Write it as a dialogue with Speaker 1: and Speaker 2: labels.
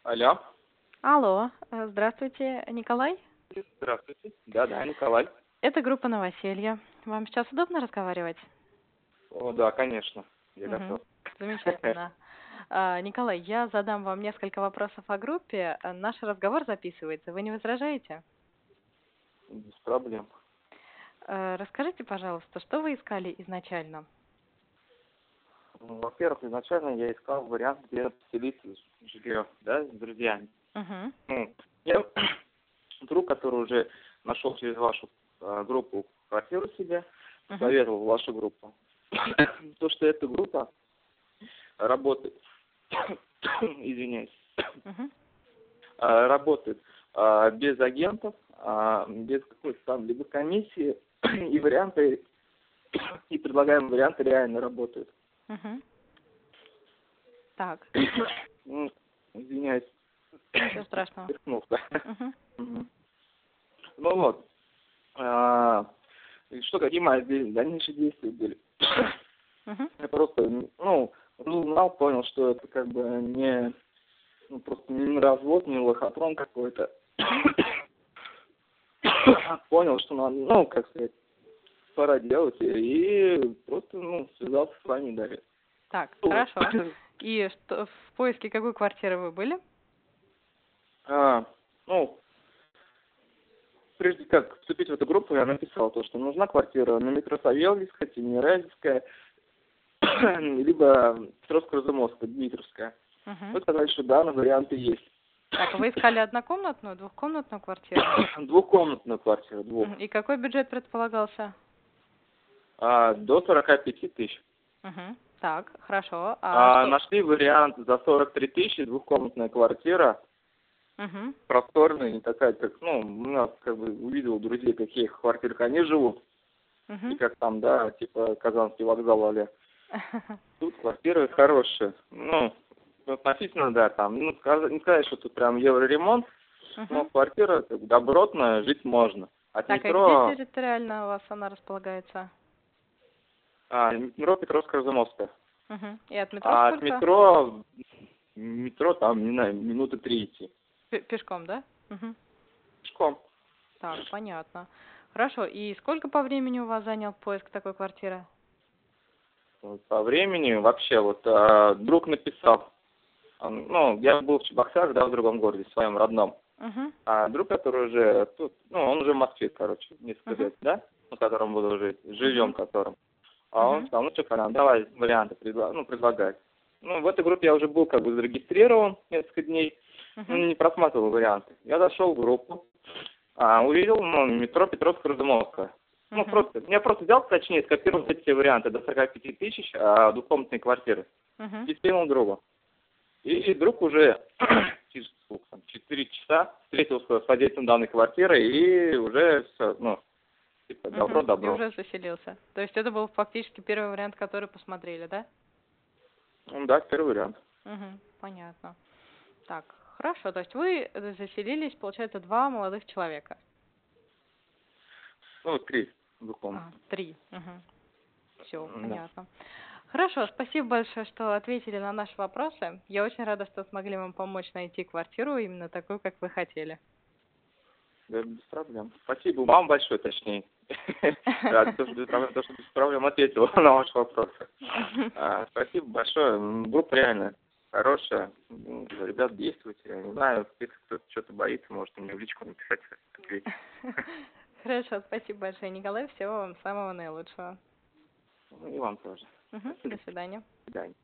Speaker 1: Алло.
Speaker 2: Алло, здравствуйте, Николай.
Speaker 1: Здравствуйте. Да, Николай.
Speaker 2: Это группа «Новоселье». Вам сейчас удобно разговаривать?
Speaker 1: О, да, конечно. Я
Speaker 2: Мгм.
Speaker 1: готов.
Speaker 2: Замечательно. Николай, я задам вам несколько вопросов о группе. Наш разговор записывается. Вы не возражаете?
Speaker 1: Без проблем.
Speaker 2: Расскажите, пожалуйста, что вы искали изначально?
Speaker 1: Ну, во-первых, изначально я искал вариант, где поселиться жилье, да, с друзьями.
Speaker 2: Угу.
Speaker 1: Ну, я друг, который уже нашел через вашу группу квартиру себе,
Speaker 2: Угу.
Speaker 1: советовал вашу группу. То, что эта группа работает, извиняюсь,
Speaker 2: Угу.
Speaker 1: работает без агентов, без какой-то там либо комиссии, и варианты, и предлагаемые варианты реально работают.
Speaker 2: Угу. Так,
Speaker 1: Ну, извиняюсь,
Speaker 2: ничего страшного.
Speaker 1: перхнулся.
Speaker 2: Угу.
Speaker 1: Мгм. Ну вот, и что, какие мои дальнейшие действия были?
Speaker 2: Угу.
Speaker 1: Я просто, узнал, понял, что это как бы не, просто не развод, не лохотрон какой-то. Понял, что надо, как сказать, пора делать, и просто, связался с вами, да.
Speaker 2: Так, хорошо. И что, в поиске какой квартиры вы были?
Speaker 1: А, ну, Прежде как вступить в эту группу, я написал то, что нужна квартира на метро Савеловская, Тимирязевская, либо Петровско-Разумовская, Дмитровская.
Speaker 2: Угу.
Speaker 1: Вы сказали, что данные варианты есть.
Speaker 2: Так, вы искали однокомнатную, двухкомнатную квартиру?
Speaker 1: Двухкомнатную квартиру,
Speaker 2: И какой бюджет предполагался?
Speaker 1: До 45 тысяч.
Speaker 2: Угу. Так, хорошо. А что?
Speaker 1: Нашли вариант за 43 тысячи, двухкомнатная квартира,
Speaker 2: Угу.
Speaker 1: просторная, не такая, как, у нас, как бы, увидел друзей, каких квартирах они живут, и
Speaker 2: Угу.
Speaker 1: как там, да, типа Казанский вокзал, а-ля. Тут квартиры хорошие. Относительно, да, там, не сказать, что тут прям евроремонт, но
Speaker 2: Угу.
Speaker 1: квартира как бы добротная, жить можно. От
Speaker 2: Так, а где
Speaker 1: метро,
Speaker 2: территориально у вас она располагается?
Speaker 1: метро Петровско-Разумовская.
Speaker 2: Угу. И от метро
Speaker 1: А от
Speaker 2: сколько?
Speaker 1: метро там, не знаю, минуты 3 идти.
Speaker 2: Пешком, да? Угу.
Speaker 1: Пешком.
Speaker 2: Так, понятно. Хорошо. И сколько по времени у вас занял поиск такой квартиры?
Speaker 1: Вот, по времени вообще, вот, друг написал. Я был в Чебоксарах, да, в другом городе, в своем родном.
Speaker 2: Угу.
Speaker 1: А друг, который уже тут, он уже в Москве, короче, несколько
Speaker 2: Угу.
Speaker 1: лет, да, на котором буду жить, живем
Speaker 2: Угу.
Speaker 1: которым. А он
Speaker 2: Угу.
Speaker 1: сказал, что, Колян, давай варианты предлагай. В этой группе я уже был как бы зарегистрирован несколько дней,
Speaker 2: Угу.
Speaker 1: не просматривал варианты. Я зашел в группу, увидел, метро Петровско-Разумовская.
Speaker 2: Угу.
Speaker 1: Я просто взял, точнее, скопировал эти все варианты до 45 тысяч, двухкомнатной квартиры,
Speaker 2: Угу.
Speaker 1: и скинул другу. И друг уже через 4 часа встретился с владельцем данной квартиры и уже все, типа
Speaker 2: Угу. И
Speaker 1: добро-добро.
Speaker 2: уже заселился. То есть это был фактически первый вариант, который посмотрели, да?
Speaker 1: Да, первый вариант.
Speaker 2: Угу. Понятно. Так, хорошо. То есть вы заселились, получается, два молодых человека.
Speaker 1: 3 двухкомнатных.
Speaker 2: 3. Угу. Все,
Speaker 1: Да.
Speaker 2: понятно. Хорошо, спасибо большое, что ответили на наши вопросы. Я очень рада, что смогли вам помочь найти квартиру именно такую, как вы хотели.
Speaker 1: Да, без проблем. Спасибо вам большое, точнее. Да, то, что без проблем ответил на ваши вопросы. Спасибо большое. Группа реально хорошая. Ребят, действуйте. Я не знаю, если кто-то что-то боится, может мне в личку написать, ответить.
Speaker 2: Хорошо, спасибо большое, Николай. Всего вам самого наилучшего.
Speaker 1: И вам тоже.
Speaker 2: До свидания.
Speaker 1: До свидания.